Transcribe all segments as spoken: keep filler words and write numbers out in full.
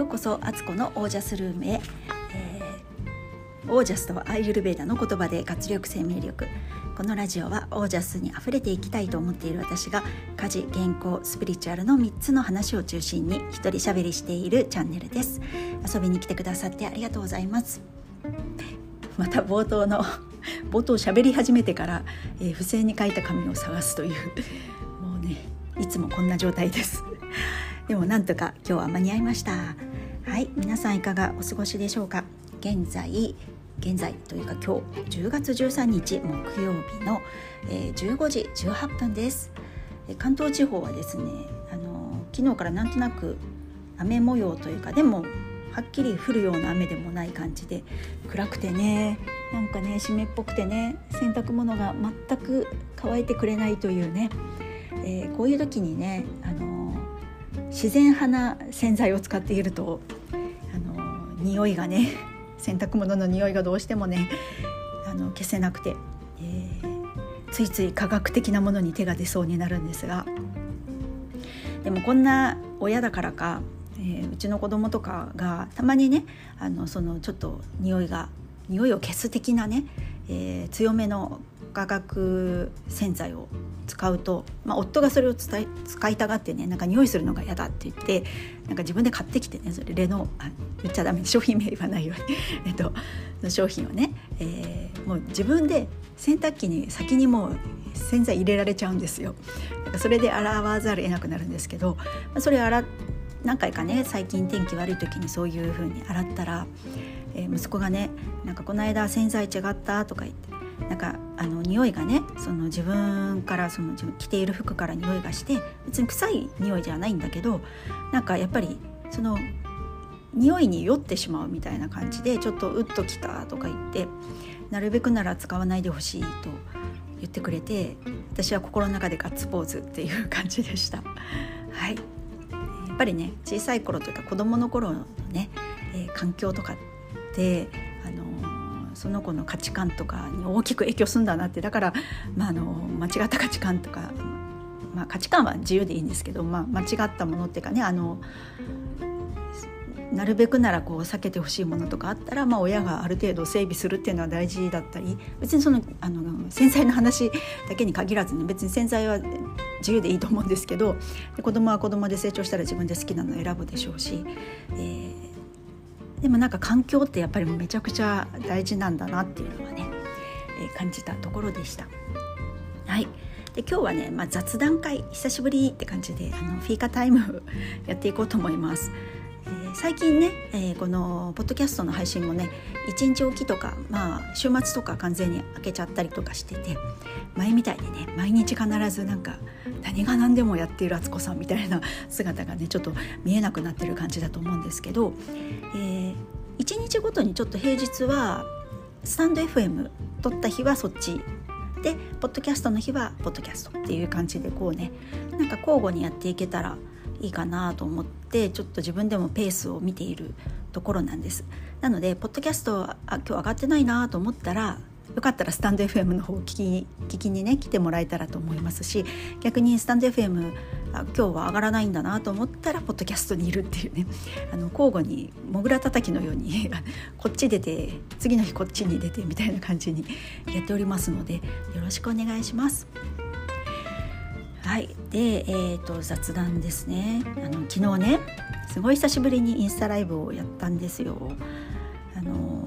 ようこそアツコのオージャスルームへ、えー、オージャスとはアーユルヴェーダの言葉で活力生命力。このラジオはオージャスにあふれていきたいと思っている私が家事、健康、スピリチュアルのみっつの話を中心に一人喋りしているチャンネルです。遊びに来てくださってありがとうございます。また冒頭の冒頭喋り始めてから、えー、付箋に書いた紙を探すというもうねいつもこんな状態ですでもなんとか今日は間に合いました。はい、皆さんいかがお過ごしでしょうか。現在現在というか今日じゅうがつじゅうさんにち木曜日の、えー、じゅうごじじゅうはっぷんです。関東地方はですね、あの昨日からなんとなく雨模様というか、でもはっきり降るような雨でもない感じで、暗くてね、なんかね湿っぽくてね、洗濯物が全く乾いてくれないというね、えー、こういう時にね、あの自然派な洗剤を使っていると、あの匂いがね洗濯物の匂いがどうしてもねあの消せなくて、えー、ついつい科学的なものに手が出そうになるんですが、でもこんな親だからか、えー、うちの子供とかがたまにね、あのそのちょっと匂いが匂いを消す的なね、えー、強めの化学洗剤を使うと、まあ、夫がそれを伝え使いたがってね、なんか匂いするのが嫌だって言って、なんか自分で買ってきてね、それレノあ言っちゃダメ、商品名言わないようにえっと商品をね、えー、もう自分で洗濯機に先にもう洗剤入れられちゃうんですよ。だからそれで洗わざるを得なくなるんですけど、それ洗何回かね、最近天気悪い時にそういう風に洗ったら、えー、息子がね、なんかこの間洗剤違ったとか言って、なんかあの匂いがね、その自分からその自分着ている服から匂いがして、別に臭い匂いじゃないんだけど、なんかやっぱりその匂いに酔ってしまうみたいな感じで、ちょっとうっときたとか言って、なるべくなら使わないでほしいと言ってくれて、私は心の中でガッツポーズっていう感じでした。はい、やっぱりね、小さい頃というか子供の頃のね、えー、環境とかってあのその子の価値観とかに大きく影響するんだなって。だから、まあ、あの間違った価値観とか、まあ、価値観は自由でいいんですけど、まあ、間違ったものっていうかね、あのなるべくならこう避けてほしいものとかあったら、まあ、親がある程度整備するっていうのは大事だったり、別にその、あの洗剤の話だけに限らずに、別に洗剤は自由でいいと思うんですけど、で子供は子供で成長したら自分で好きなのを選ぶでしょうし、えーでもなんか環境ってやっぱりめちゃくちゃ大事なんだなっていうのはね、えー、感じたところでした。はい、で今日はね、まあ、雑談会久しぶりって感じで、あのフィーカタイムやっていこうと思います。えー、最近ね、えー、このポッドキャストの配信もね、いちにちおきとか、まあ、週末とか完全に開けちゃったりとかしてて、前みたいにね毎日必ずなんか何が何でもやっているあつこさんみたいな姿がねちょっと見えなくなってる感じだと思うんですけど、えー、いちにちごとにちょっと平日はスタンド エフエム 撮った日はそっちで、ポッドキャストの日はポッドキャストっていう感じで、こうね、なんか交互にやっていけたらいいかなと思って、ちょっと自分でもペースを見ているところなんです。なのでポッドキャストあ今日上がってないなと思ったら、よかったらスタンド エフエム の方を聞き、聞きにね来てもらえたらと思いますし、逆にスタンド エフエム あ今日は上がらないんだなと思ったらポッドキャストにいるっていうね、あの交互にモグラ叩きのようにこっち出て次の日こっちに出てみたいな感じにやっておりますので、よろしくお願いします。はい、で、えーと、雑談ですね。あの昨日ねすごい久しぶりにインスタライブをやったんですよ。あの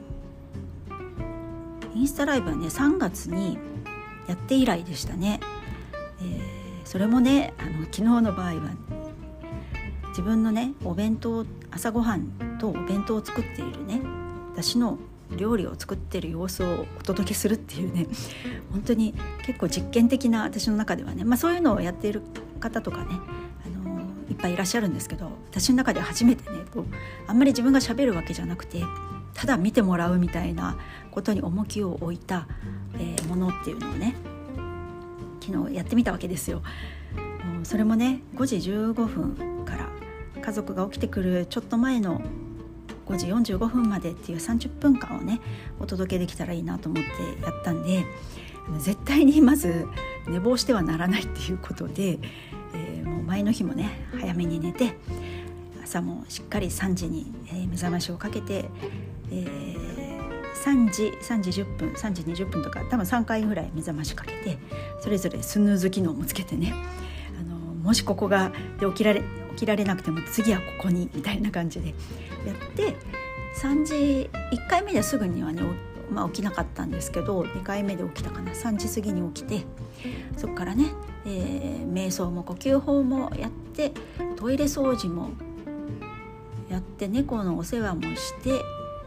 インスタライブはねさんがつにやって以来でしたね。えー、それもね、あの昨日の場合は自分のねお弁当、朝ごはんとお弁当を作っているね、私の料理を作っている様子をお届けするっていうね、本当に結構実験的な、私の中ではね、まあ、そういうのをやっている方とかね、あのー、いっぱいいらっしゃるんですけど、私の中では初めてね、こうあんまり自分が喋るわけじゃなくて、ただ見てもらうみたいなことに重きを置いた、えー、ものっていうのをね昨日やってみたわけですよ。もうそれもねごじじゅうごふんから家族が起きてくるちょっと前のごじよんじゅうごふんまでっていうさんじゅっぷんかんをねお届けできたらいいなと思ってやったんで、絶対にまず寝坊してはならないっていうことで、えー、もう前の日もね早めに寝て、 朝もしっかりさんじに、えー、目覚ましをかけて、えー、さんじ、さんじじゅっぷん、さんじにじゅっぷんとか多分さんかいぐらい目覚ましかけて、それぞれスヌーズ機能もつけてね、あのもしここがで起きられ起きられなくても次はここにみたいな感じでやって、さんじいっかいめですぐにはね、まあ、起きなかったんですけど、にかいめで起きたかな、さんじ過ぎに起きて、そこからね、えー、瞑想も呼吸法もやって、トイレ掃除もやって、猫のお世話もして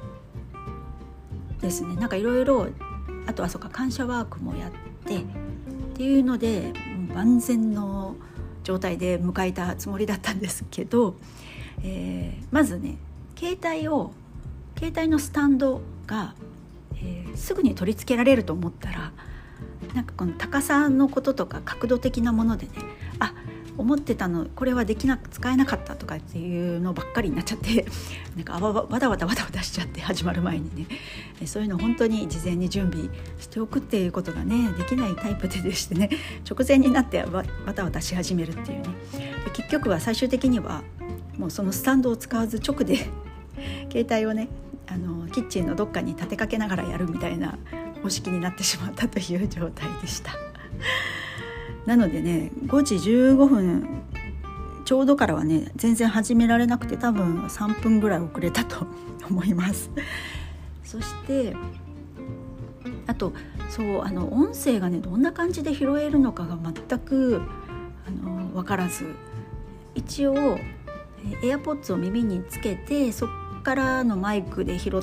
ですね、なんかいろいろ、あとはそうか感謝ワークもやってっていうので、万全の状態で迎えたつもりだったんですけど、えー、まずね、携帯を携帯のスタンドが、えー、すぐに取り付けられると思ったら、なんかこの高さのこととか角度的なものでね、あ、思ってたのこれはできなく使えなかったとかっていうのばっかりになっちゃって、なんかわわわだわだわだわだしちゃって、始まる前にね、そういうの本当に事前に準備しておくっていうことがねできないタイプででしてね、直前になってわわたわたし始めるっていうね、で結局は最終的にはもうそのスタンドを使わず直で携帯をね、あのキッチンのどっかに立てかけながらやるみたいな方式になってしまったという状態でした。なのでね、ごじじゅうごふんちょうどからはね全然始められなくて、多分さんぷんぐらい遅れたと思います。そしてあとそうあの音声がねどんな感じで拾えるのかが全くあの分からず、一応AirPodsを耳につけて、そっからのマイクで拾って、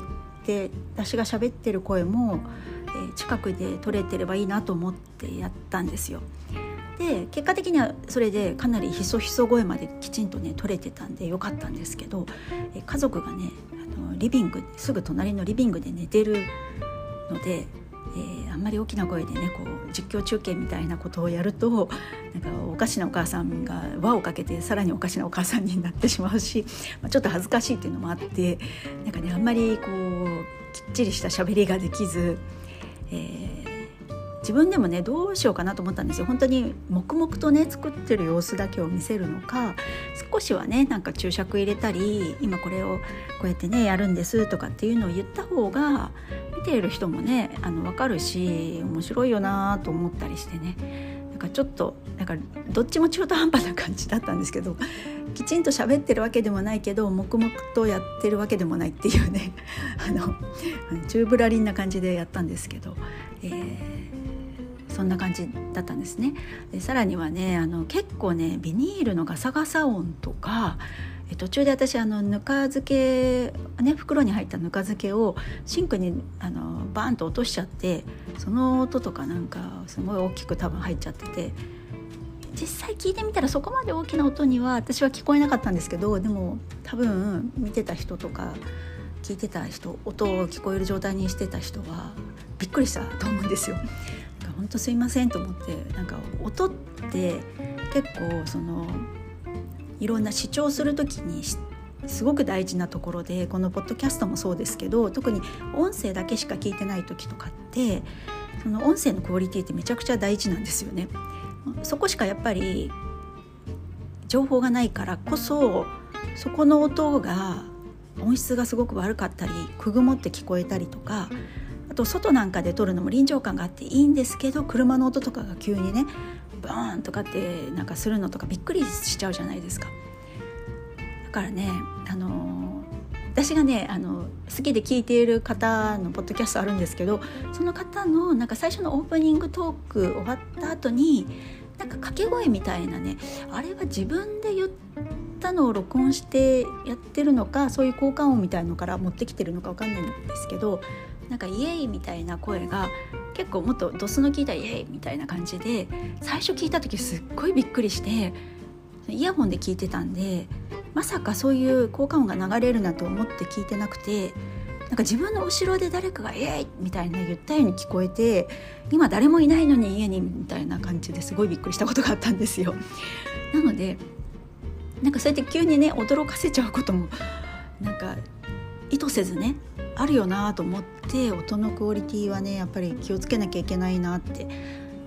私が喋ってる声も、えー、近くで撮れてればいいなと思ってやったんですよ。で結果的にはそれでかなりひそひそ声まできちんとね撮れてたんでよかったんですけど、え家族がねあのリビングすぐ隣のリビングで寝てるので、えー、あんまり大きな声でねこう実況中継みたいなことをやると、なんかおかしなお母さんが輪をかけてさらにおかしなお母さんになってしまうし、まあ、ちょっと恥ずかしいっていうのもあって、なんかねあんまりこうきっちりした喋りができず、えー自分でもねどうしようかなと思ったんですよ。本当に黙々とね作ってる様子だけを見せるのか、少しはねなんか注釈入れたり、今これをこうやってねやるんですとかっていうのを言った方が見ている人もねあの分かるし面白いよなと思ったりしてね、なんかちょっとなんかどっちも中途半端な感じだったんですけど、きちんと喋ってるわけでもないけど黙々とやってるわけでもないっていうねあの中ぶらりんな感じでやったんですけど、えーそんな感じだったんですね。でさらにはねあの結構ねビニールのガサガサ音とか、え途中で私あのぬか漬け、ね、袋に入ったぬか漬けをシンクにあのバーンと落としちゃって、その音とかなんかすごい大きく多分入っちゃってて、実際聞いてみたらそこまで大きな音には私は聞こえなかったんですけど、でも多分見てた人とか聞いてた人、音を聞こえる状態にしてた人はびっくりしたと思うんですよ。本当すいませんと思って、なんか音って結構そのいろんな視聴するときにすごく大事なところで、このポッドキャストもそうですけど、特に音声だけしか聞いてないときとかってその音声のクオリティってめちゃくちゃ大事なんですよね。そこしかやっぱり情報がないからこそ、そこの音が音質がすごく悪かったりくぐもって聞こえたりとか、あと外なんかで撮るのも臨場感があっていいんですけど、車の音とかが急にねバーンとかってなんかするのとかびっくりしちゃうじゃないですか。だからね、あの私がねあの好きで聞いている方のポッドキャストあるんですけど、その方のなんか最初のオープニングトーク終わった後になんか掛け声みたいなね、あれは自分で言ったのを録音してやってるのか、そういう効果音みたいのから持ってきてるのか分かんないんですけど、なんかイエイみたいな声が結構もっとドスの効いたイエイみたいな感じで、最初聞いた時すっごいびっくりして、イヤホンで聞いてたんでまさかそういう効果音が流れるなと思って聞いてなくて、なんか自分の後ろで誰かがイエイみたいな言ったように聞こえて、今誰もいないのに家にみたいな感じですごいびっくりしたことがあったんですよ。なのでなんかそうやって急にね驚かせちゃうこともなんか意図せずねあるよなと思って、音のクオリティはねやっぱり気をつけなきゃいけないなって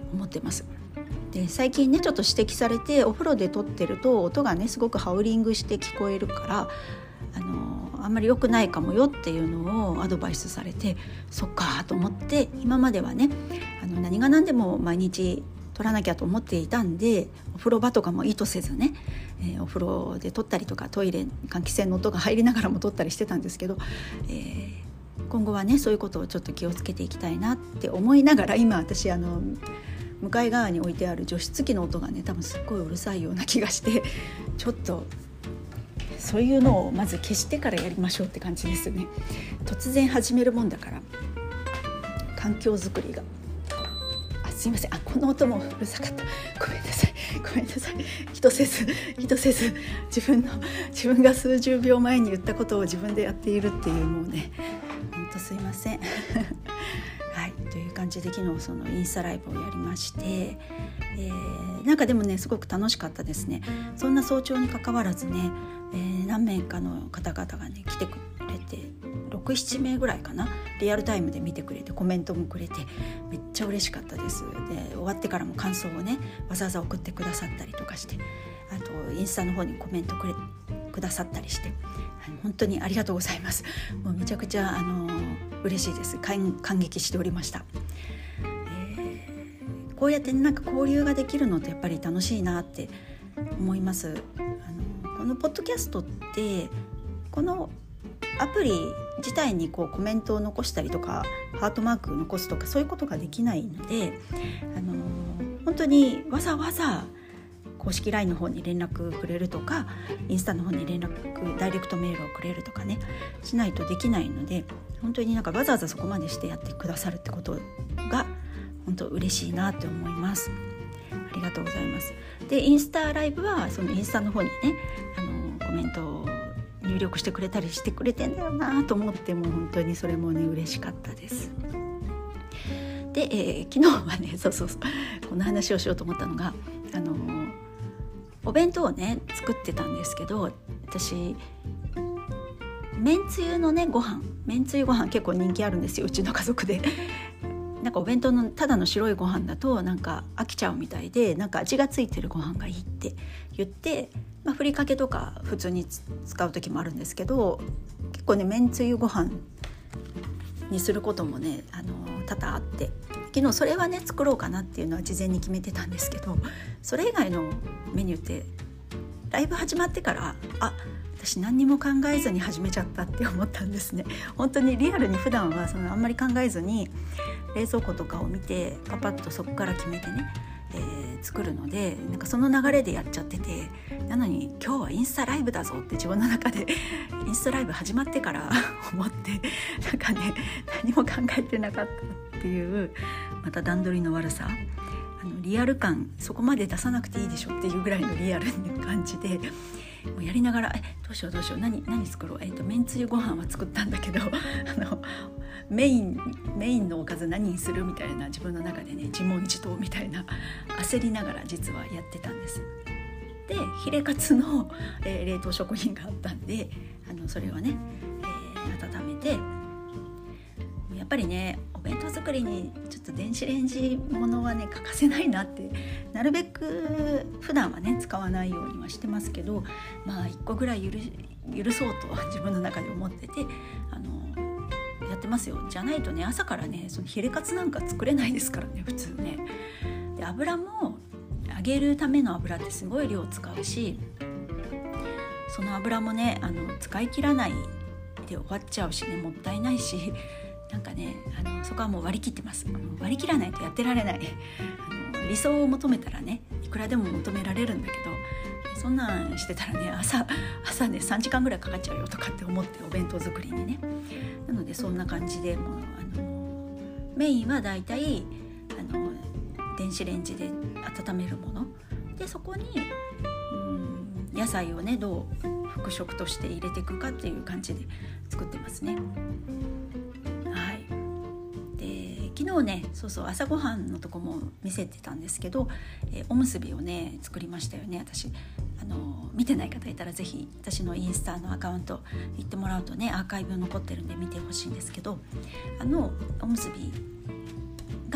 思ってます。で最近ねちょっと指摘されて、お風呂で撮ってると音がねすごくハウリングして聞こえるから、あのあんまり良くないかもよっていうのをアドバイスされて、そっかと思って、今まではねあの何が何でも毎日撮らなきゃと思っていたんで、お風呂場とかも意図せずね、えー、お風呂で撮ったりとか、トイレ換気扇の音が入りながらも撮ったりしてたんですけど、えー、今後はねそういうことをちょっと気をつけていきたいなって思いながら、今私あの向かい側に置いてある除湿機の音がね多分すっごいうるさいような気がして、ちょっとそういうのをまず消してからやりましょうって感じですね。突然始めるもんだから環境づくりが、あすいません、あこの音もうるさかった、ごめんなさいごめんなさい、意図せず意図せず自分の自分が数十秒前に言ったことを自分でやっているっていう、もうねほんとすいませんはいという感じで、昨日そのインスタライブをやりまして、えー、なんかでもねすごく楽しかったですね。そんな早朝に関わらずね、えー、何名かの方々がね来てくれて、ろく、ななめいぐらいかな、リアルタイムで見てくれてコメントもくれて、めっちゃ嬉しかったです。で終わってからも感想をねわざわざ送ってくださったりとかして、あとインスタの方にコメントくれくださったりして、本当にありがとうございます。もうめちゃくちゃあの嬉しいです。感, 感激しておりました。えー、こうやってなんか交流ができるのってやっぱり楽しいなって思います。あのこのポッドキャストってこのアプリ自体にこうコメントを残したりとかハートマークを残すとかそういうことができないので、あの本当にわざわざ公式 ライン の方に連絡くれるとか、インスタの方に連絡ダイレクトメールをくれるとかねしないとできないので、本当になんかわざわざそこまでしてやってくださるってことが本当嬉しいなって思います。ありがとうございます。でインスタライブはそのインスタの方にねあのコメントを入力してくれたりしてくれてんだよなと思って、もう本当にそれもね嬉しかったです。で、えー、昨日はねそうそうそうこの話をしようと思ったのが、あのお弁当をね作ってたんですけど、私めんつゆのねご飯めんつゆご飯結構人気あるんですよ、うちの家族で。なんかお弁当のただの白いご飯だとなんか飽きちゃうみたいで、なんか味がついてるご飯がいいって言って、まあ、ふりかけとか普通に使う時もあるんですけど、結構ねめんつゆご飯にすることもねあの多々あって、昨日それはね作ろうかなっていうのは事前に決めてたんですけど、それ以外のメニューってライブ始まってからあ私何にも考えずに始めちゃったって思ったんですね。本当にリアルに普段はそのあんまり考えずに冷蔵庫とかを見てパパッとそこから決めてね、えー、作るので、なんかその流れでやっちゃってて、なのに今日はインスタライブだぞって自分の中でインスタライブ始まってから思って、なんかね何も考えてなかったっていうまた段取りの悪さ、あのリアル感そこまで出さなくていいでしょっていうぐらいのリアルな感じで、もうやりながらえどうしようどうしよう 何, 何作ろう、えーとめんつゆご飯は作ったんだけどあのメインメインのおかず何にするみたいな自分の中でね自問自答みたいな焦りながら実はやってたんです。でヒレカツの、えー、冷凍食品があったんで、あのそれをね、えー、温めて、やっぱりねお弁当作りにちょっと電子レンジものはね欠かせないなって、なるべく普段はね使わないようにはしてますけど、まあいっこぐらい許、許そうと自分の中で思っててあのやってますよ。じゃないとね朝からねそのヒレカツなんか作れないですからね普通ね。で油も揚げるための油ってすごい量使うし、その油もねあの使い切らないで終わっちゃうしね、もったいないし、なんかねあのそこはもう割り切ってます。割り切らないとやってられない。あの理想を求めたらねいくらでも求められるんだけど、そんなんしてたらね朝朝ねさんじかんぐらいかかっちゃうよとかって思って、お弁当作りにね。なのでそんな感じでもうあのメインはだいたいあの電子レンジで温めるもので、そこにうん野菜をねどう副食として入れていくかっていう感じで作ってますね。はい。で昨日ねそうそう朝ごはんのとこも見せてたんですけど、えー、おむすびをね作りましたよね。私あの見てない方いたらぜひ私のインスタのアカウント行ってもらうとねアーカイブ残ってるんで見てほしいんですけど、あのおむすびが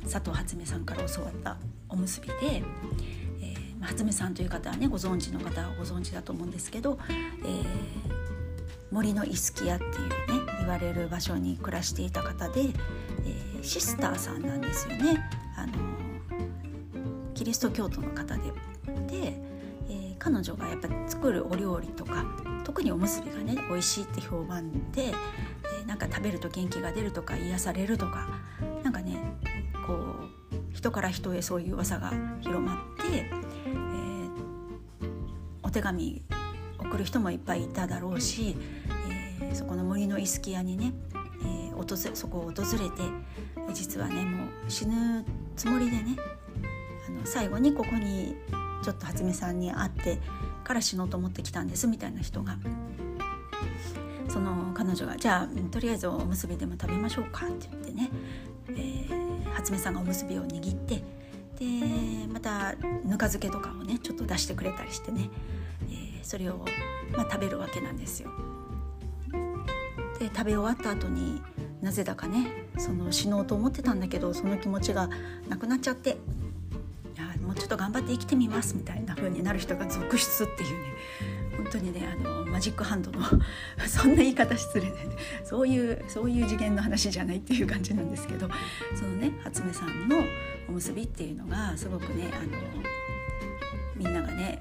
佐藤初音さんから教わったおむすびで、えー、初音さんという方はねご存知の方はご存知だと思うんですけど、えー、森のイスキヤっていうね言われる場所に暮らしていた方で、えー、シスターさんなんですよね。あのキリスト教徒の方でで、えー、彼女がやっぱり作るお料理とか特におむすびがね美味しいって評判で、えー、なんか食べると元気が出るとか癒されるとかなんかねこう人から人へそういう噂が広まって、えー、お手紙送る人もいっぱいいただろうし、えー、そこの森のイスキヤにね、えー、訪れそこを訪れて実はねもう死ぬつもりでねあの最後にここにちょっと初音さんに会ってから死のうと思ってきたんですみたいな人がその彼女がじゃあとりあえずおむすびでも食べましょうかって言ってね、えー、初音さんがおむすびを握ってでまたぬか漬けとかをねちょっと出してくれたりしてね、えー、それを、まあ、食べるわけなんですよ。で食べ終わった後になぜだかねその死のうと思ってたんだけどその気持ちがなくなっちゃってもうちょっと頑張って生きてみますみたいな風になる人が続出っていうね本当にねあのマジックハンドのそんな言い方失礼で、ね、そういうそういう次元の話じゃないっていう感じなんですけどそのね初音さんのおむすびっていうのがすごくねあのみんながね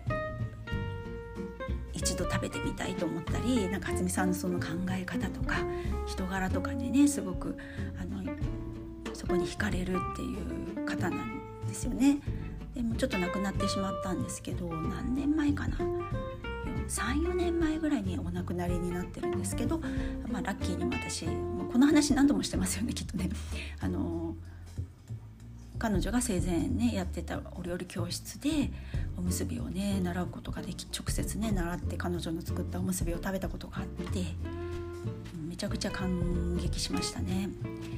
一度食べてみたいと思ったりなんか初音さんのその考え方とか人柄とかでねすごくあのそこに惹かれるっていう方なんですよね。でもちょっと亡くなってしまったんですけど何年前かな さん,よ 年前ぐらいにお亡くなりになってるんですけど、まあ、ラッキーにも私もうこの話何度もしてますよねきっとねあの彼女が生前ねやってたお料理教室でおむすびをね習うことができ直接ね習って彼女の作ったおむすびを食べたことがあってめちゃくちゃ感激しましたね。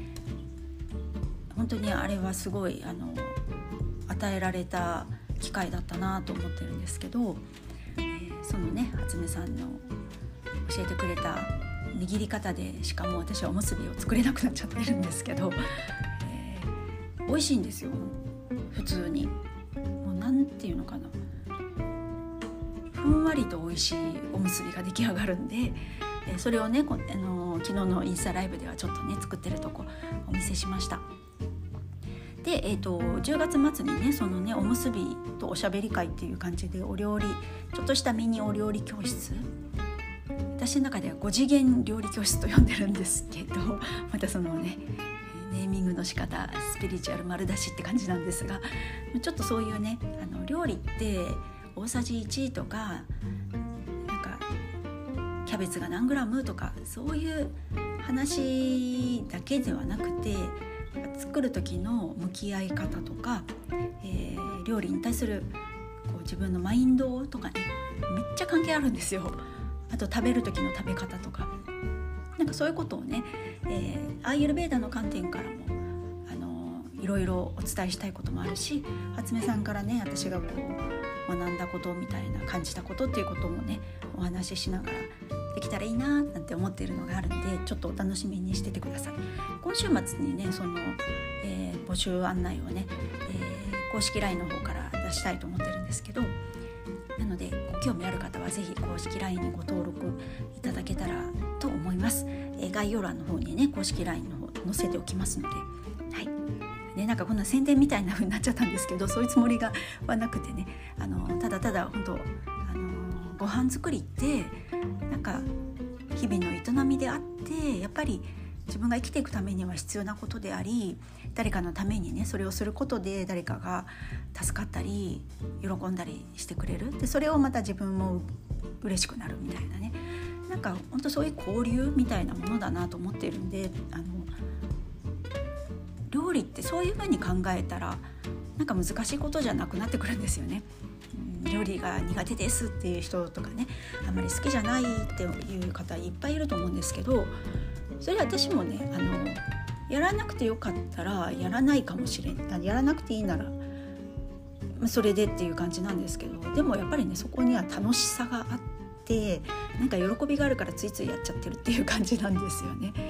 本当にあれはすごいあの与えられた機会だったなと思ってるんですけど、えー、そのね初音さんの教えてくれた握り方でしかも私はおむすびを作れなくなっちゃってるんですけど、えー、美味しいんですよ普通にもうなんていうのかなふんわりと美味しいおむすびが出来上がるんで、えー、それをねこあの昨日のインスタライブではちょっとね作ってるとこお見せしました。で、えー、とじゅうがつ末にねそのねおむすびとおしゃべり会っていう感じでお料理ちょっとしたミニお料理教室私の中ではご次元料理教室と呼んでるんですけどまたそのねネーミングの仕方スピリチュアル丸出しって感じなんですがちょっとそういうねあの料理って大さじいちとかなんかキャベツが何グラムとかそういう話だけではなくて作る時の向き合い方とか、えー、料理に対するこう自分のマインドとかねめっちゃ関係あるんですよ。あと食べる時の食べ方とかなんかそういうことをね、えー、アーユルヴェーダの観点からもあのいろいろお伝えしたいこともあるし初音さんからね私がこう学んだことみたいな感じたことっていうこともねお話ししながらできたらいいななんて思っているのがあるんでちょっとお楽しみにしててください。今週末にねその、えー、募集案内をね、えー、公式 ライン の方から出したいと思ってるんですけどなのでご興味ある方はぜひ公式 ライン にご登録いただけたらと思います。えー、概要欄の方にね公式 ライン の方載せておきますのではいね、なんかこんな宣伝みたいな風になっちゃったんですけどそういうつもりがはなくてねあのただただ本当あのご飯作りってなんか日々の営みであってやっぱり自分が生きていくためには必要なことであり誰かのためにねそれをすることで誰かが助かったり喜んだりしてくれるでそれをまた自分も嬉しくなるみたいなねなんか本当そういう交流みたいなものだなと思っているんであの料理ってそういう風に考えたらなんか難しいことじゃなくなってくるんですよね。料理が苦手ですっていう人とかねあんまり好きじゃないっていう方いっぱいいると思うんですけどそれは私もねあのやらなくてよかったらやらないかもしれないやらなくていいならそれでっていう感じなんですけどでもやっぱりねそこには楽しさがあってなんか喜びがあるからついついやっちゃってるっていう感じなんですよね。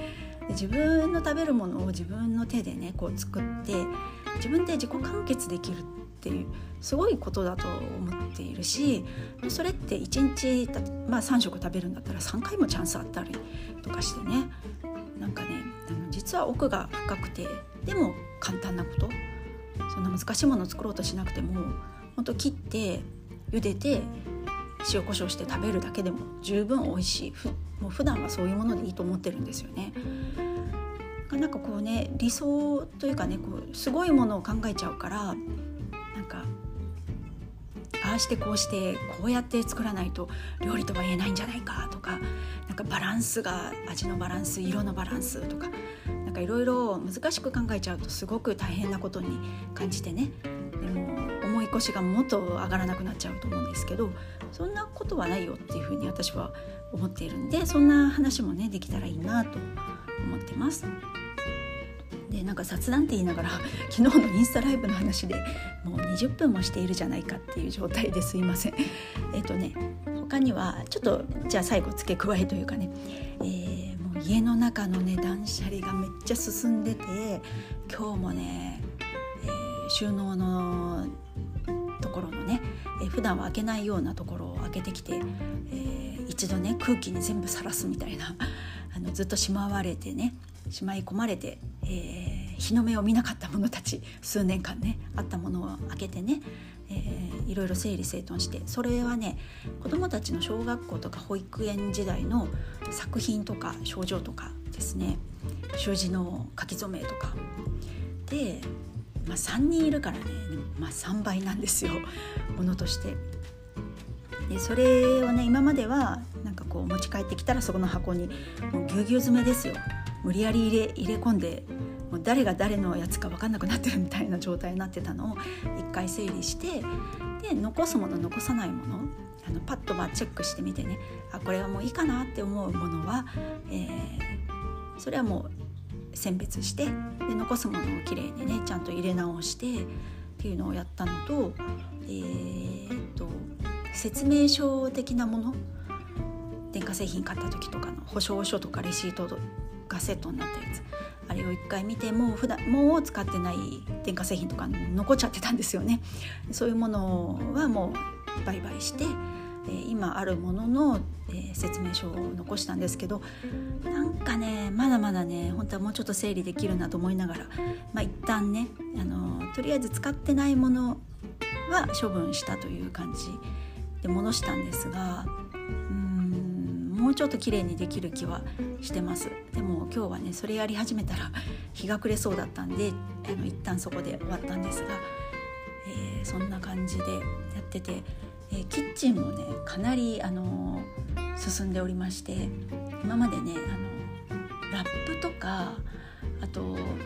で自分の食べるものを自分の手でねこう作って自分で自己完結できるっていうすごいことだと思っているし、それっていちにち、まあ、さんしょく食べるんだったらさんかいもチャンスあったりとかしてね、なんかねあの実は奥が深くてでも簡単なこと、そんな難しいものを作ろうとしなくても本当切って茹でて塩コショウして食べるだけでも十分美味しい。ふもう普段はそういうものでいいと思ってるんですよね。なんかこうね理想というかねこうすごいものを考えちゃうから、なんかああしてこうしてこうやって作らないと料理とは言えないんじゃないかとか、なんかバランスが味のバランス色のバランスとかなんかいろいろ難しく考えちゃうとすごく大変なことに感じてね、でも重い腰がもっと上がらなくなっちゃうと思うんですけど、そんなことはないよっていうふうに私は思っているんで、そんな話もねできたらいいなと思ってます。でなんか雑談って言いながら昨日のインスタライブの話でもうにじゅっぷんもしているじゃないかっていう状態ですいません。えっとね他にはちょっとじゃあ最後付け加えというかね、えー、もう家の中のね断捨離がめっちゃ進んでて、今日もね、えー、収納のところのね、えー、普段は開けないようなところを開けてきて、えー、一度ね空気に全部さらすみたいなあのずっとしまわれてねしまい込まれて、えー、日の目を見なかったものたち数年間ねあったものを開けてね、えー、いろいろ整理整頓して、それはね子どもたちの小学校とか保育園時代の作品とか賞状とかですね、習字の書き初めとかで、まあ、さんにんいるからね、まあ、さんばいなんですよものとして。でそれをね今まではなんかこう持ち帰ってきたらそこの箱にもうぎゅうぎゅう詰めですよ、無理やり入れ、入れ込んでもう誰が誰のやつか分かんなくなってるみたいな状態になってたのを一回整理して、で残すもの残さないものあのパッとまあチェックしてみてね、あこれはもういいかなって思うものは、えー、それはもう選別して、で残すものをきれいにねちゃんと入れ直してっていうのをやったのと、えー、っと説明書的なもの、電化製品買った時とかの保証書とかレシートがセットになったやつ、あれを一回見てもう普段もう使ってない電化製品とか残っちゃってたんですよね。そういうものはもう売買して、えー、今あるものの、えー、説明書を残したんですけど、なんかねまだまだね本当はもうちょっと整理できるなと思いながら、まあ、一旦ねあのとりあえず使ってないものは処分したという感じで戻したんですが、うーんもうちょっと綺麗にできる気はしてます。でも今日はねそれやり始めたら日が暮れそうだったんであの一旦そこで終わったんですが、えー、そんな感じでやってて、えー、キッチンもねかなり、あのー、進んでおりまして、今までね、あのー、ラップとかあと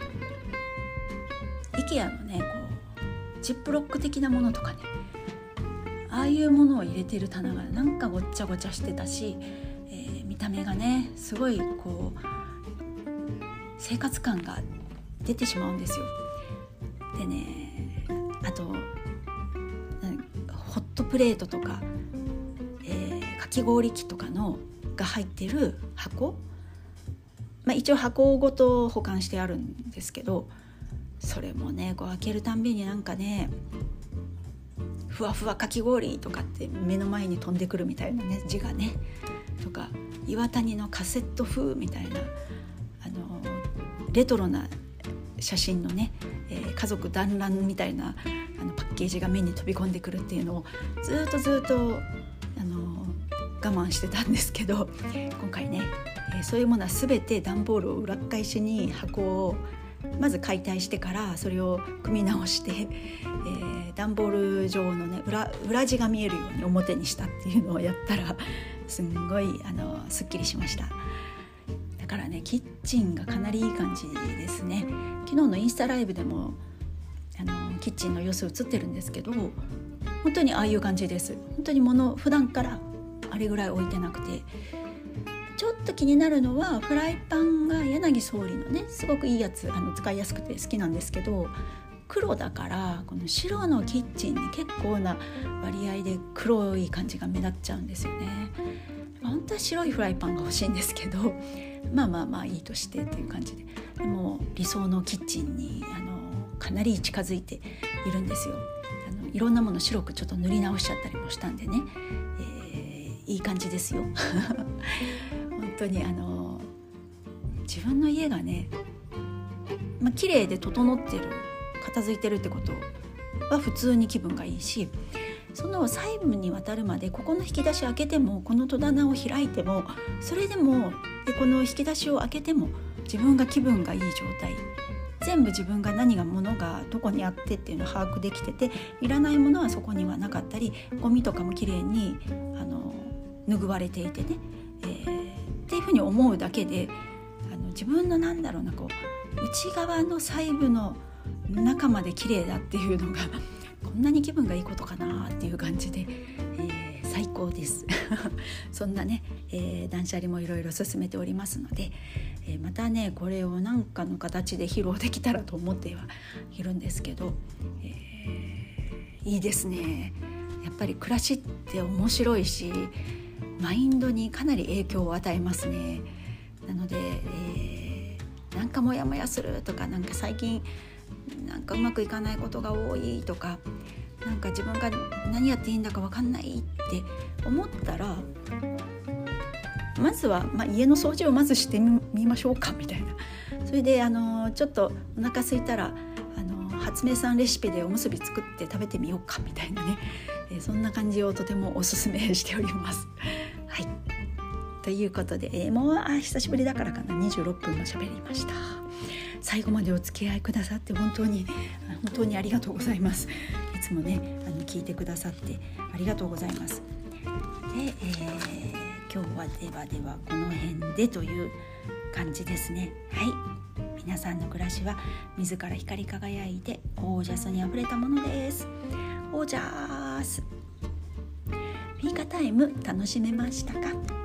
IKEA のねこうジップロック的なものとかね、ああいうものを入れてる棚がなんかごっちゃごちゃしてたし、えー、見た目がねすごいこう生活感が出てしまうんですよ。でねあとホットプレートとか、えー、かき氷機とかのが入ってる箱、まあ、一応箱ごと保管してあるんですけど、それもねこう開けるたんびになんかねふわふわかき氷とかって目の前に飛んでくるみたいなね字がねとか、岩谷のカセット風みたいなあのレトロな写真のね、えー、家族団らんみたいなあのパッケージが目に飛び込んでくるっていうのをずっとずっとあの我慢してたんですけど、今回ね、えー、そういうものは全て段ボールを裏返しに箱をまず解体してからそれを組み直して、えー、段ボール状のね 裏, 裏地が見えるように表にしたっていうのをやったらすんごいあのすっきりしました。だからねキッチンがかなりいい感じですね。昨日のインスタライブでもあのキッチンの様子映ってるんですけど、本当にああいう感じです。本当に物普段からあれぐらい置いてなくて、ちょっと気になるのはフライパンが柳総理のねすごくいいやつ、あの使いやすくて好きなんですけど、黒だからこの白のキッチンに結構な割合で黒い感じが目立っちゃうんですよね。 本当は白いフライパンが欲しいんですけど、まあまあまあいいとしてっていう感じで、でも理想のキッチンにあのかなり近づいているんですよ。あのいろんなもの白くちょっと塗り直しちゃったりもしたんでね、えー、いい感じですよ本当にあの自分の家がね、まあ、綺麗で整ってる、片付いてるってことは普通に気分がいいし、その細部にわたるまでここの引き出し開けても、この戸棚を開いても、それでもでこの引き出しを開けても自分が気分がいい状態、全部自分が何が物がどこにあってっていうのを把握できてて、いらないものはそこにはなかったり、ゴミとかもきれいにあの拭われていてね、えー、っていうふうに思うだけで、あの自分のなんだろうな、こう内側の細部の中まできれいだっていうのがこんなに気分がいいことかなっていう感じで、えー、最高ですそんなね、えー、断捨離もいろいろ進めておりますので、えー、またねこれを何かの形で披露できたらと思ってはいるんですけど、えー、いいですね。やっぱり暮らしって面白いし、マインドにかなり影響を与えますね。なので、えー、なんかモヤモヤするとか、なんか最近なんかうまくいかないことが多いとか、なんか自分が何やっていいんだか分かんないって思ったら、まずは、まあ、家の掃除をまずしてみましょうかみたいな。それであのちょっとお腹空いたらあの発明さんレシピでおむすび作って食べてみようかみたいなね、えー、そんな感じをとてもおすすめしております。はい、ということで、えー、もうあ久しぶりだからかな、にじゅうろっぷんも喋りました。最後までお付き合いくださって本当に本当にありがとうございます。いつもねあの聞いてくださってありがとうございます。で、えー、今日はではではこの辺でという感じですね。はい、皆さんの暮らしは自ら光り輝いてオージャスにあふれたものです。オージャス。ピーカタイム楽しめましたか？